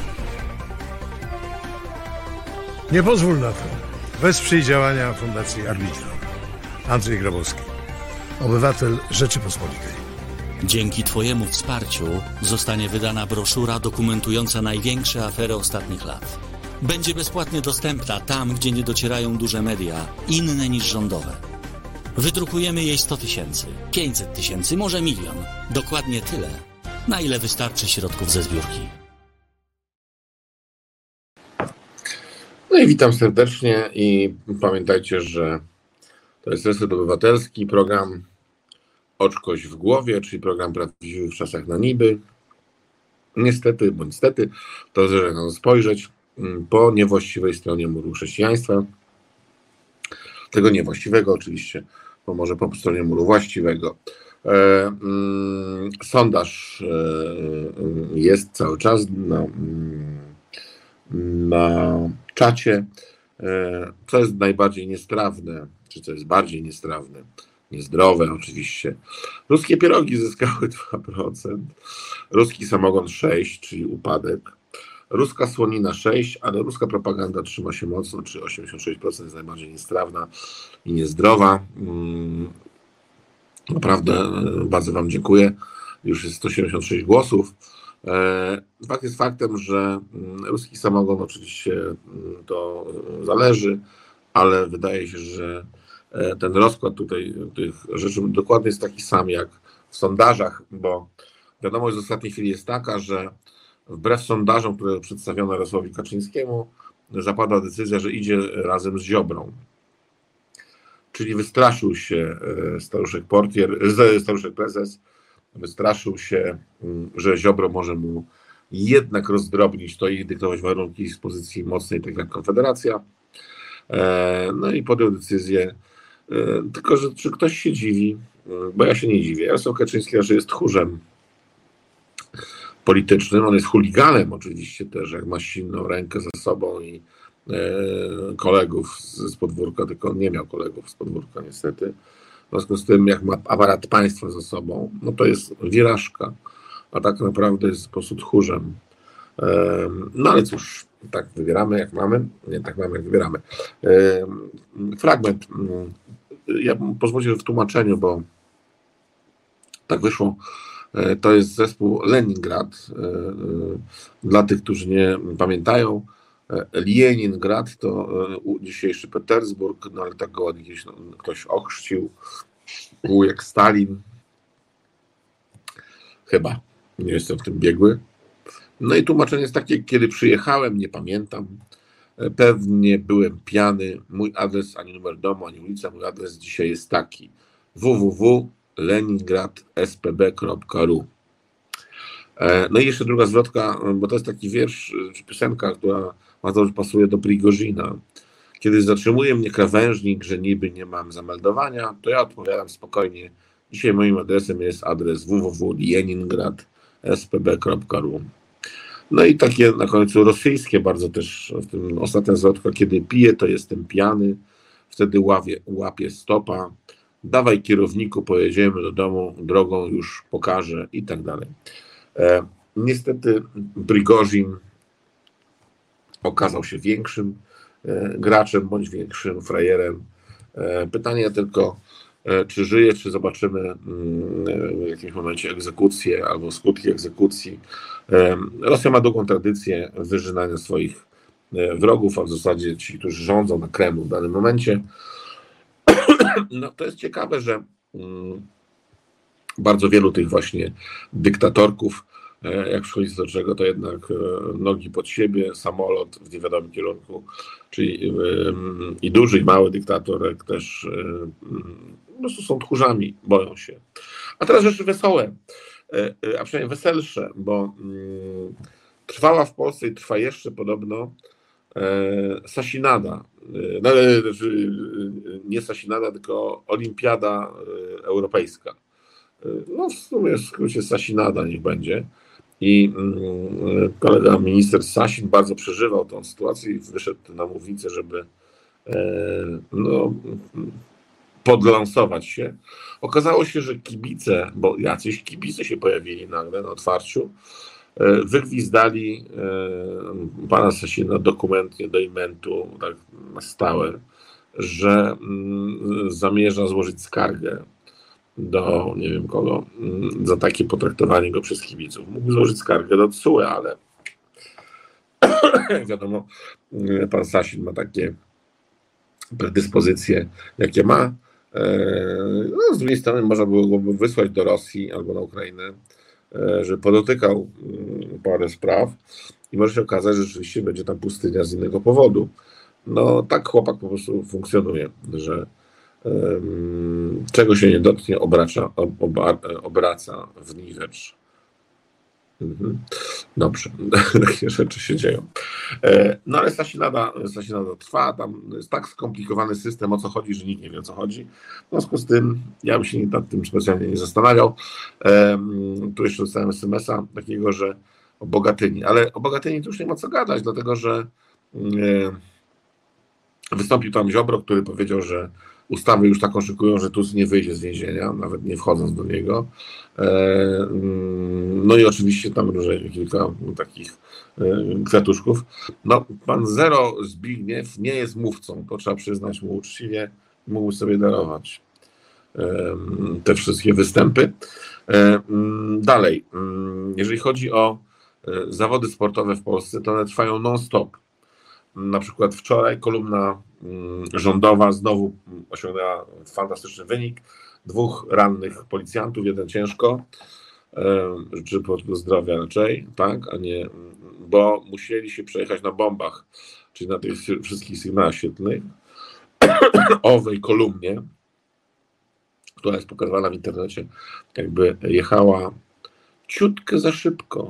Nie pozwól na to. Wesprzyj działania Fundacji Arbitrum. Andrzej Grabowski, obywatel Rzeczypospolitej. Dzięki Twojemu wsparciu zostanie wydana broszura dokumentująca największe afery ostatnich lat. Będzie bezpłatnie dostępna tam, gdzie nie docierają duże media, inne niż rządowe. Wydrukujemy jej 100 000, 500 000, może 1 000 000. Dokładnie tyle, na ile wystarczy środków ze zbiórki. No i witam serdecznie i pamiętajcie, że to jest Reset Obywatelski, program Oczkość w głowie, czyli program prawdziwy w czasach na niby. Niestety, bądź stety, to zależy nam spojrzeć po niewłaściwej stronie muru chrześcijaństwa. Tego niewłaściwego oczywiście, bo może po stronie muru właściwego. Sondaż jest cały czas na czacie. Co jest najbardziej niestrawne, czy co jest bardziej niestrawne? Niezdrowe oczywiście. Ruskie pierogi zyskały 2%, ruski samogon 6%, czyli upadek, ruska słonina 6%, ale ruska propaganda trzyma się mocno, czy 86% jest najbardziej niestrawna i niezdrowa. Naprawdę bardzo Wam dziękuję. Już jest 176 głosów. Fakt jest faktem, że ruski samogon oczywiście to zależy, ale wydaje się, że ten rozkład tutaj tych rzeczy dokładnie jest taki sam jak w sondażach, bo wiadomość z ostatniej chwili jest taka, że wbrew sondażom, które przedstawiono Jarosławowi Kaczyńskiemu, zapadła decyzja, że idzie razem z Ziobrą. Czyli wystraszył się staruszek prezes, wystraszył się, że Ziobro może mu jednak rozdrobnić to i dyktować warunki z pozycji mocnej, tak jak Konfederacja. No i podjął decyzję. Tylko, że czy ktoś się dziwi? Bo ja się nie dziwię. Jarosław Kaczyński raczej jest tchórzem politycznym. On jest chuliganem oczywiście też, jak ma silną rękę ze sobą i kolegów z podwórka, tylko on nie miał kolegów z podwórka niestety. W związku z tym, jak ma aparat państwa ze sobą, no to jest wirażka, a tak naprawdę jest po prostu tchórzem. No ale cóż, tak wybieramy jak mamy, nie tak mamy jak wybieramy. Fragment. Ja pozwolę w tłumaczeniu, bo tak wyszło. To jest zespół Leningrad. Dla tych, którzy nie pamiętają, Leningrad to dzisiejszy Petersburg, no ale tak go ładnie ktoś ochrzcił, wujek Stalin. Chyba, nie jestem w tym biegły. No i tłumaczenie jest takie, kiedy przyjechałem, nie pamiętam, pewnie byłem pijany, mój adres, ani numer domu, ani ulica, mój adres dzisiaj jest taki: www.leningradspb.ru. No i jeszcze druga zwrotka, bo to jest taki wiersz, czy piosenka, która bardzo pasuje do Prigozina. Kiedy zatrzymuje mnie krawężnik, że niby nie mam zameldowania, to ja odpowiadam spokojnie: dzisiaj moim adresem jest adres www.leningradspb.ru. No i takie na końcu rosyjskie bardzo też, w tym ostatnia zwrotka: kiedy piję, to jestem pijany, wtedy łapię stopa, dawaj kierowniku, pojedziemy do domu, drogą już pokażę i tak dalej. Niestety Prigozin okazał się większym graczem bądź większym frajerem. Pytanie tylko, czy żyje, czy zobaczymy w jakimś momencie egzekucję albo skutki egzekucji. Rosja ma długą tradycję wyżynania swoich wrogów, a w zasadzie ci, którzy rządzą na Kremlu w danym momencie. No, to jest ciekawe, że bardzo wielu tych właśnie dyktatorków, jak przychodzi do czego, to jednak nogi pod siebie, samolot w niewiadomym kierunku, czyli i duży, i mały dyktator też po prostu są tchórzami, boją się. A teraz rzeczy wesołe, a przynajmniej weselsze, bo trwała w Polsce i trwa jeszcze podobno Sasinada. No, nie Sasinada, tylko Olimpiada Europejska. No w sumie w skrócie Sasinada niech będzie. I kolega minister Sasin bardzo przeżywał tą sytuację i wyszedł na mównicę, żeby no, podlansować się. Okazało się, że kibice, bo jacyś kibice się pojawili nagle na otwarciu, wygwizdali pana Sasina dokumentnie do imentu tak na stałe, że zamierza złożyć skargę do nie wiem kogo za takie potraktowanie go przez kibiców. Mógł złożyć skargę do TSUE, ale jak wiadomo, pan Sasin ma takie predyspozycje, jakie ma. No, z drugiej strony można było go wysłać do Rosji albo na Ukrainę, że podotykał parę spraw i może się okazać, że rzeczywiście będzie tam pustynia z innego powodu. No tak chłopak po prostu funkcjonuje, że czego się nie dotknie, obraca w niwecz. Dobrze, takie rzeczy się dzieją. No ale Sasinada trwa, tam jest tak skomplikowany system, o co chodzi, że nikt nie wie, o co chodzi. W związku z tym ja bym się nad tym specjalnie nie zastanawiał. Tu jeszcze dostałem SMS-a takiego, że o Bogatyni, ale o Bogatyni to już nie ma co gadać, dlatego że wystąpił tam Ziobro, który powiedział, że ustawy już taką szykują, że Tusk nie wyjdzie z więzienia, nawet nie wchodząc do niego. No i oczywiście tam kilka takich kwiatuszków. No, pan Zero Zbigniew nie jest mówcą, to trzeba przyznać mu uczciwie, mógł sobie darować te wszystkie występy. Dalej, jeżeli chodzi o zawody sportowe w Polsce, to one trwają non-stop. Na przykład wczoraj kolumna rządowa znowu osiągnęła fantastyczny wynik. 2 rannych policjantów, 1 ciężko. Życzę zdrowia raczej, tak, a nie, bo musieli się przejechać na bombach, czyli na tych wszystkich sygnałach świetlnych, owej kolumnie, która jest pokazywana w internecie, jakby jechała ciutkę za szybko.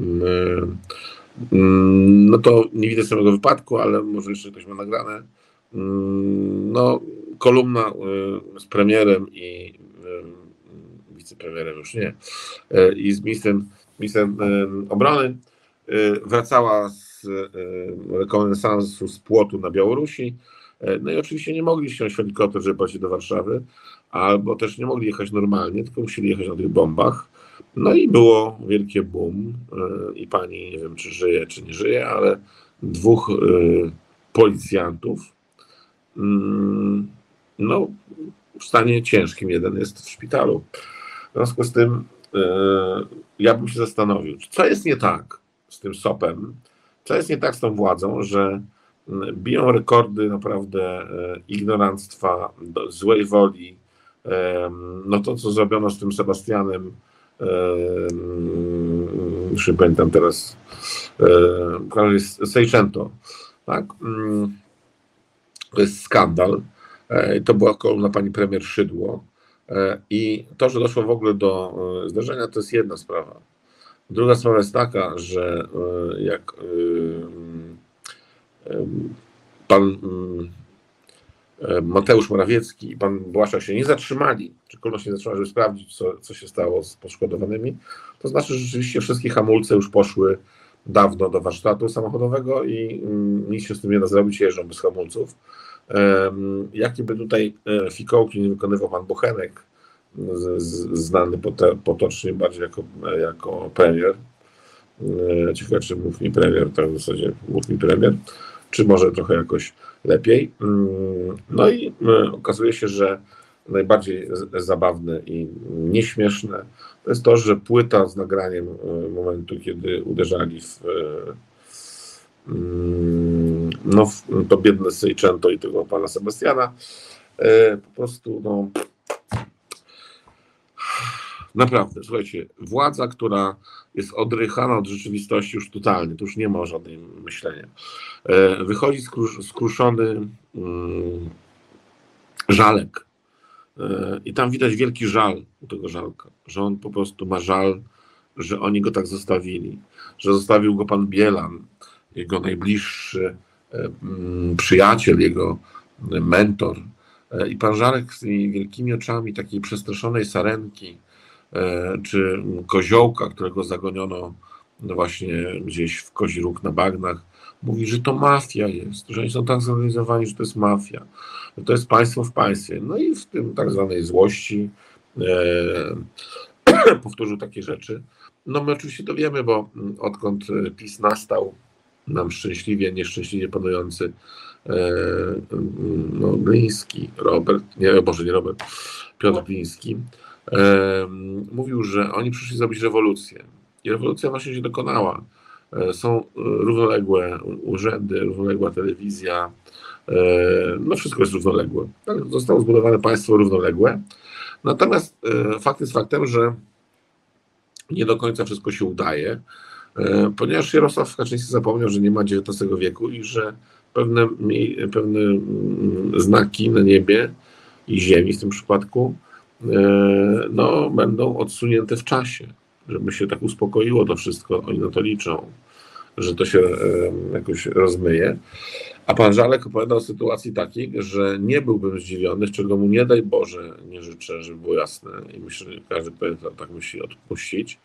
No to nie widać samego wypadku, ale może jeszcze ktoś ma nagrane. No, kolumna z premierem i wicepremierem już nie, i z ministrem obrony wracała z rekonesansu z płotu na Białorusi. No i oczywiście nie mogli wsiąść w helikopter, żeby polecieć do Warszawy, albo też nie mogli jechać normalnie, tylko musieli jechać na tych bombach. No i było wielkie boom i pani, nie wiem czy żyje, czy nie żyje, ale 2 policjantów, no w stanie ciężkim, 1 jest w szpitalu. W związku z tym ja bym się zastanowił, co jest nie tak z tym SOP-em, co jest nie tak z tą władzą, że biją rekordy naprawdę ignoranctwa, złej woli. No to, co zrobiono z tym Sebastianem, już nie pamiętam teraz, Seicento, tak? To jest skandal. To była kolumna pani premier Szydło. I to, że doszło w ogóle do zdarzenia, to jest jedna sprawa. Druga sprawa jest taka, że jak pan Mateusz Morawiecki i pan Błaszczak się nie zatrzymali, czy kolumna się nie zatrzymała, żeby sprawdzić, co się stało z poszkodowanymi, to znaczy, że rzeczywiście wszystkie hamulce już poszły dawno do warsztatu samochodowego i nic się z tym nie da zrobić, jeżdżą bez hamulców. Jakie by tutaj fikołki nie wykonywał pan Bochenek, znany potocznie bardziej jako premier. Ciekawe, czy mów mi premier, tak w zasadzie mów mi premier, czy może trochę jakoś lepiej. No i okazuje się, że najbardziej zabawne i nieśmieszne, to jest to, że płyta z nagraniem momentu, kiedy uderzali w to biedne Seicento i tego pana Sebastiana, po prostu naprawdę, słuchajcie, władza, która jest odrychana od rzeczywistości już totalnie, to już nie ma żadnej myślenia. Wychodzi skruszony Żalek i tam widać wielki żal u tego Żalka, że on po prostu ma żal, że oni go tak zostawili, że zostawił go pan Bielan, jego najbliższy przyjaciel, jego mentor. I pan Żalek z tymi wielkimi oczami takiej przestraszonej sarenki, czy koziołka, którego zagoniono właśnie gdzieś w Kozi Róg na bagnach, mówi, że to mafia jest, że oni są tak zorganizowani, że to jest mafia, że to jest państwo w państwie. No i w tym tak zwanej złości powtórzył takie rzeczy. No my oczywiście to wiemy, bo odkąd PiS nastał nam szczęśliwie, nieszczęśliwie panujący Gliński, Piotr Gliński, mówił, że oni przyszli zrobić rewolucję. I rewolucja właśnie się dokonała. Są równoległe urzędy, równoległa telewizja, no wszystko jest równoległe. Tak, zostało zbudowane państwo równoległe. Natomiast fakt jest faktem, że nie do końca wszystko się udaje, ponieważ Jarosław Kaczyński zapomniał, że nie ma XIX wieku i że pewne znaki na niebie i ziemi w tym przypadku będą odsunięte w czasie, żeby się tak uspokoiło to wszystko. Oni na to liczą, że to się jakoś rozmyje. A pan Żalek opowiada o sytuacji takiej, że nie byłbym zdziwiony, czego mu nie daj Boże nie życzę, żeby było jasne i myślę, że każdy powinien tak musi odpuścić,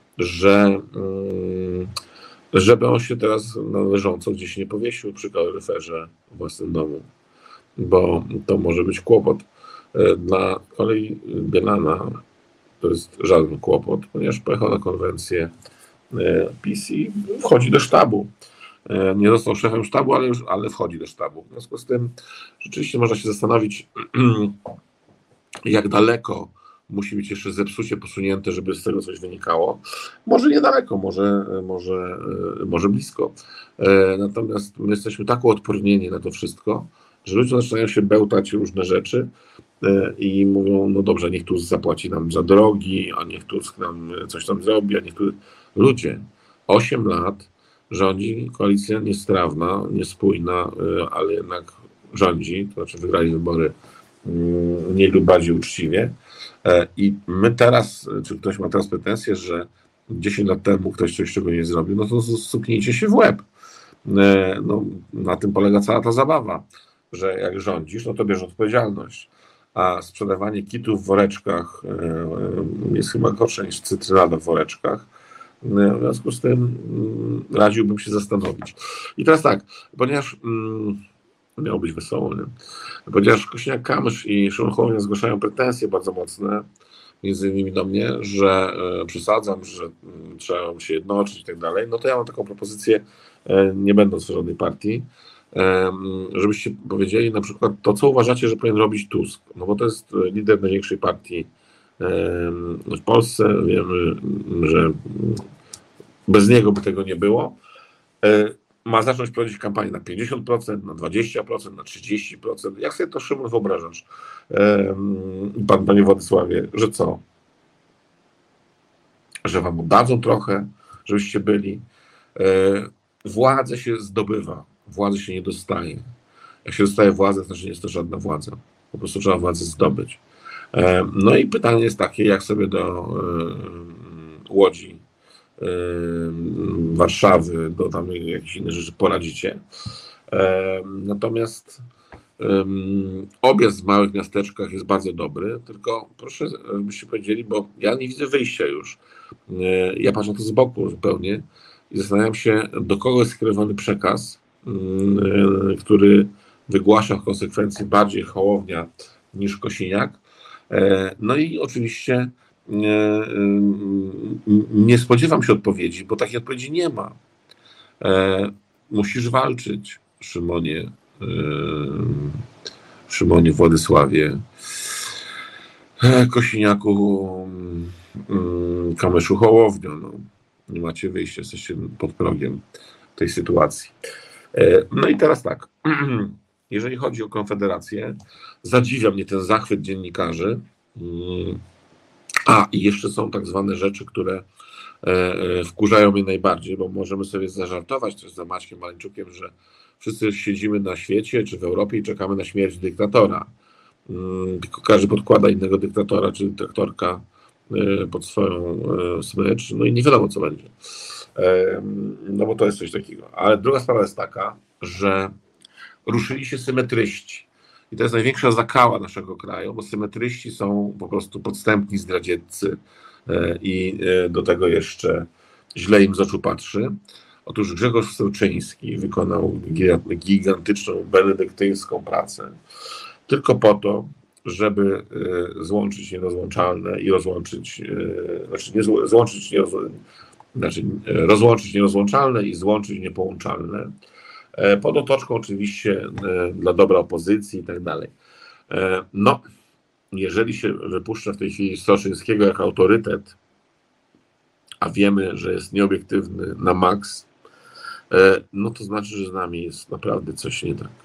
żeby on się teraz na leżąco gdzieś nie powiesił przy kaloryferze w własnym domu, bo to może być kłopot. Dla kolei Bielana to jest żaden kłopot, ponieważ pojechał na konwencję PiS i wchodzi do sztabu. Nie został szefem sztabu, ale wchodzi do sztabu. W związku z tym rzeczywiście można się zastanowić, jak daleko musi być jeszcze zepsucie posunięte, żeby z tego coś wynikało. Może niedaleko, może blisko. Natomiast my jesteśmy tak uodpornieni na to wszystko, że ludzie zaczynają się bełtać różne rzeczy i mówią, no dobrze, niech Tusk zapłaci nam za drogi, a niech Tusk nam coś tam zrobi, a niech Tusk... Ludzie, 8 lat rządzi koalicja niestrawna, niespójna, ale jednak rządzi, to znaczy wygrali wybory mniej lub bardziej uczciwie. I my teraz, czy ktoś ma teraz pretensje, że 10 lat temu ktoś coś czego nie zrobił, no to stuknijcie się w łeb. No, na tym polega cała ta zabawa, że jak rządzisz, no to bierz odpowiedzialność. A sprzedawanie kitów w woreczkach jest chyba gorsze niż cytrynada w woreczkach. W związku z tym radziłbym się zastanowić. I teraz tak, ponieważ miało być wesoło, nie? Ponieważ Kosiniak-Kamysz i Szymon Hołownia zgłaszają pretensje bardzo mocne, między innymi do mnie, że przesadzam, że trzeba się jednoczyć i tak dalej, no to ja mam taką propozycję, nie będąc w żadnej partii, żebyście powiedzieli na przykład to, co uważacie, że powinien robić Tusk, no bo to jest lider największej partii w Polsce, wiemy, że bez niego by tego nie było. Ma zacząć prowadzić kampanię na 50%, na 20%, na 30%. Jak sobie to, Szymon, wyobrażasz? Panie Władysławie, że co? Że wam oddadzą trochę, żebyście byli. Władzę się zdobywa, władzy się nie dostaje. Jak się dostaje władzę, to znaczy nie jest to żadna władza. Po prostu trzeba władzę zdobyć. No i pytanie jest takie, jak sobie do Łodzi, Warszawy, do tam jakichś innych rzeczy poradzicie. Natomiast objazd w małych miasteczkach jest bardzo dobry, tylko proszę, żebyście powiedzieli, bo ja nie widzę wyjścia już. Ja patrzę na to z boku zupełnie i zastanawiam się, do kogo jest skierowany przekaz, który wygłasza w konsekwencji bardziej Hołownia niż Kosiniak. No i oczywiście nie spodziewam się odpowiedzi, bo takiej odpowiedzi nie ma. Musisz walczyć, Szymonie Władysławie. Kosiniaku, Kamyszu, Hołownio. No, nie macie wyjścia, jesteście pod progiem tej sytuacji. No i teraz tak, jeżeli chodzi o Konfederację, zadziwia mnie ten zachwyt dziennikarzy. I jeszcze są tak zwane rzeczy, które wkurzają mnie najbardziej, bo możemy sobie zażartować też za Maćkiem Maleńczukiem, że wszyscy siedzimy na świecie czy w Europie i czekamy na śmierć dyktatora. Tylko każdy podkłada innego dyktatora czy dyktatorka pod swoją smycz, no i nie wiadomo co będzie. No bo to jest coś takiego. Ale druga sprawa jest taka, że ruszyli się symetryści. I to jest największa zakała naszego kraju, bo symetryści są po prostu podstępni zdradzieccy i do tego jeszcze źle im z oczu patrzy. Otóż Grzegorz Wstrzemiński wykonał gigantyczną, benedyktyńską pracę tylko po to, żeby złączyć nierozłączalne i rozłączyć, rozłączyć nierozłączalne i złączyć niepołączalne. Pod otoczką oczywiście dla dobra opozycji i tak dalej. No, jeżeli się wypuszcza w tej chwili Stroszyńskiego jako autorytet, a wiemy, że jest nieobiektywny na maks, no to znaczy, że z nami jest naprawdę coś nie tak.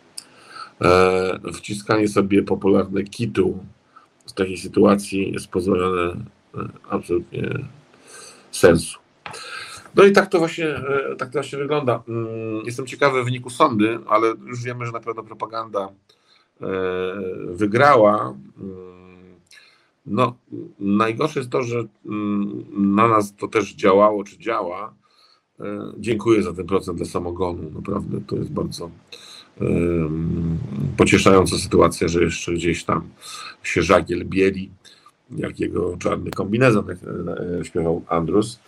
Wciskanie sobie popularne kitu w takiej sytuacji jest pozbawione absolutnie sensu. No i tak to właśnie wygląda. Jestem ciekawy wyniku sądy, ale już wiemy, że na pewno propaganda wygrała. No, najgorsze jest to, że na nas to też działało, czy działa. Dziękuję za ten procent dla samogonu. Naprawdę to jest bardzo pocieszająca sytuacja, że jeszcze gdzieś tam się żagiel bieli, jak jego czarny kombinezon, jak śpiewał Andrus.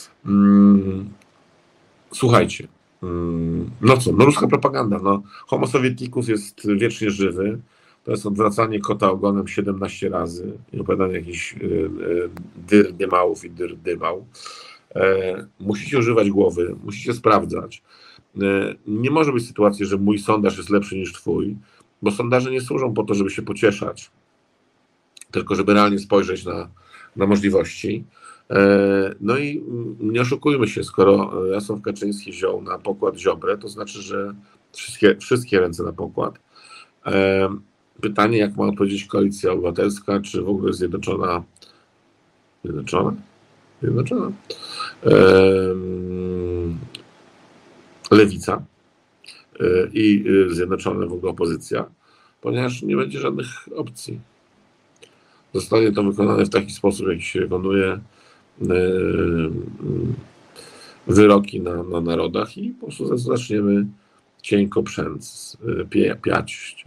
Słuchajcie, no co, no ruska propaganda, no Homo Sovieticus jest wiecznie żywy, to jest odwracanie kota ogonem 17 razy i opowiadanie jakichś dyrdymałów i dyrdymał. Musicie używać głowy, musicie sprawdzać. Nie może być sytuacji, że mój sondaż jest lepszy niż twój, bo sondaże nie służą po to, żeby się pocieszać, tylko żeby realnie spojrzeć na możliwości. No i nie oszukujmy się, skoro Jarosław Kaczyński wziął na pokład Ziobrę, to znaczy, że wszystkie ręce na pokład. Pytanie, jak ma odpowiedzieć Koalicja Obywatelska, czy w ogóle Zjednoczona? Lewica i Zjednoczona w ogóle opozycja, ponieważ nie będzie żadnych opcji. Zostanie to wykonane w taki sposób, jak się wykonuje wyroki na narodach i po prostu zaczniemy cienko piać.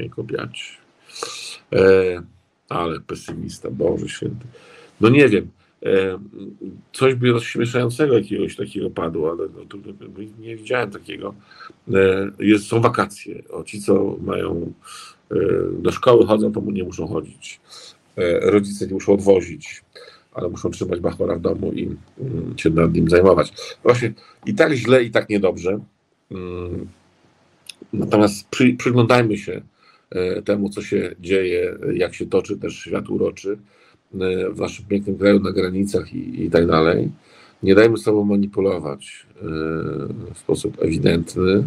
Ale pesymista, Boże Święty. No nie wiem, coś by rozśmieszającego jakiegoś takiego padło, ale no, nie widziałem takiego. Są wakacje. Ci, co mają do szkoły chodzą, to nie muszą chodzić. Rodzice nie muszą odwozić, ale muszą trzymać bachora w domu i się nad nim zajmować. Właśnie i tak źle, i tak niedobrze. Natomiast przyglądajmy się temu, co się dzieje, jak się toczy też świat uroczy w naszym pięknym kraju, na granicach i tak dalej. Nie dajmy sobą manipulować w sposób ewidentny.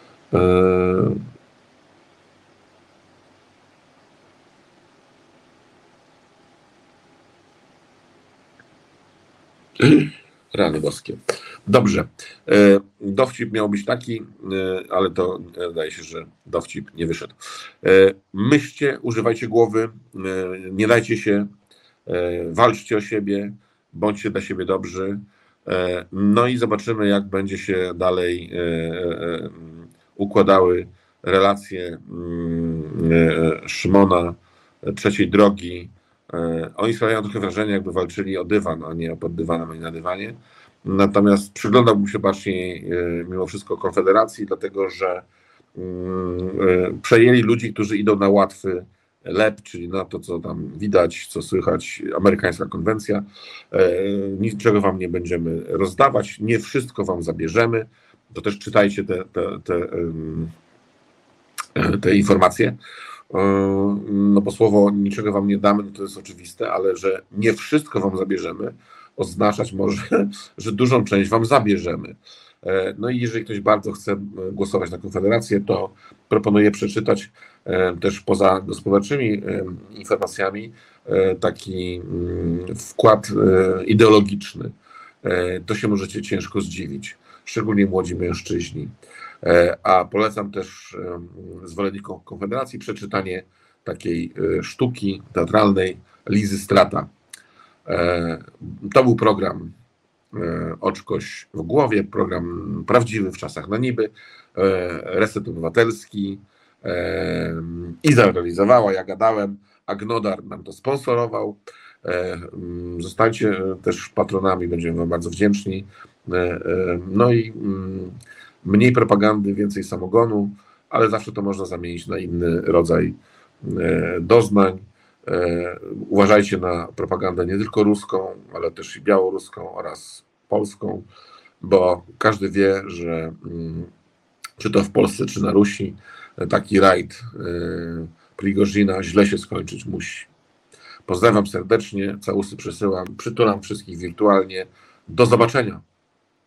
Rany boskie. Dobrze. Dowcip miał być taki, ale to wydaje się, że dowcip nie wyszedł. Myślcie, używajcie głowy, nie dajcie się, walczcie o siebie, bądźcie dla siebie dobrzy. No i zobaczymy, jak będzie się dalej układały relacje Szymona, Trzeciej Drogi. Oni sprawiają trochę wrażenie, jakby walczyli o dywan, a nie o pod dywanem, ani na dywanie. Natomiast przyglądałbym się baczniej mimo wszystko Konfederacji, dlatego że przejęli ludzi, którzy idą na łatwy lep, czyli na to, co tam widać, co słychać, amerykańska konwencja. Niczego wam nie będziemy rozdawać, nie wszystko wam zabierzemy. To też czytajcie te informacje. no bo słowo niczego wam nie damy, no to jest oczywiste, ale że nie wszystko wam zabierzemy, oznaczać może, że dużą część wam zabierzemy. No i jeżeli ktoś bardzo chce głosować na Konfederację, to proponuję przeczytać też poza gospodarczymi informacjami taki wkład ideologiczny. To się możecie ciężko zdziwić, szczególnie młodzi mężczyźni. A polecam też zwolennikom Konfederacji przeczytanie takiej sztuki teatralnej Lizy Strata. To był program Oczkoś w głowie, program prawdziwy w czasach na niby, Reset Obywatelski, Iza realizowała, ja gadałem, a Gnodar nam to sponsorował. Zostańcie też patronami, będziemy wam bardzo wdzięczni. No i mniej propagandy, więcej samogonu, ale zawsze to można zamienić na inny rodzaj doznań. Uważajcie na propagandę nie tylko ruską, ale też i białoruską oraz polską, bo każdy wie, że czy to w Polsce, czy na Rusi, taki rajd Prigozina źle się skończyć musi. Pozdrawiam serdecznie, całusy przesyłam, przytulam wszystkich wirtualnie. Do zobaczenia.